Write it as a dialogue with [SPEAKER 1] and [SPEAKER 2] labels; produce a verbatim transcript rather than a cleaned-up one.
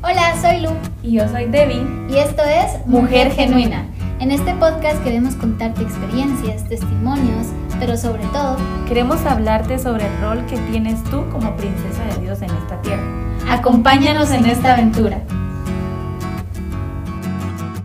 [SPEAKER 1] Hola, soy Lu.
[SPEAKER 2] Y yo soy Debbie.
[SPEAKER 1] Y esto es Mujer Genuina. En este podcast queremos contarte experiencias, testimonios, pero sobre todo
[SPEAKER 2] queremos hablarte sobre el rol que tienes tú como princesa de Dios en esta tierra.
[SPEAKER 1] Acompáñanos en esta aventura.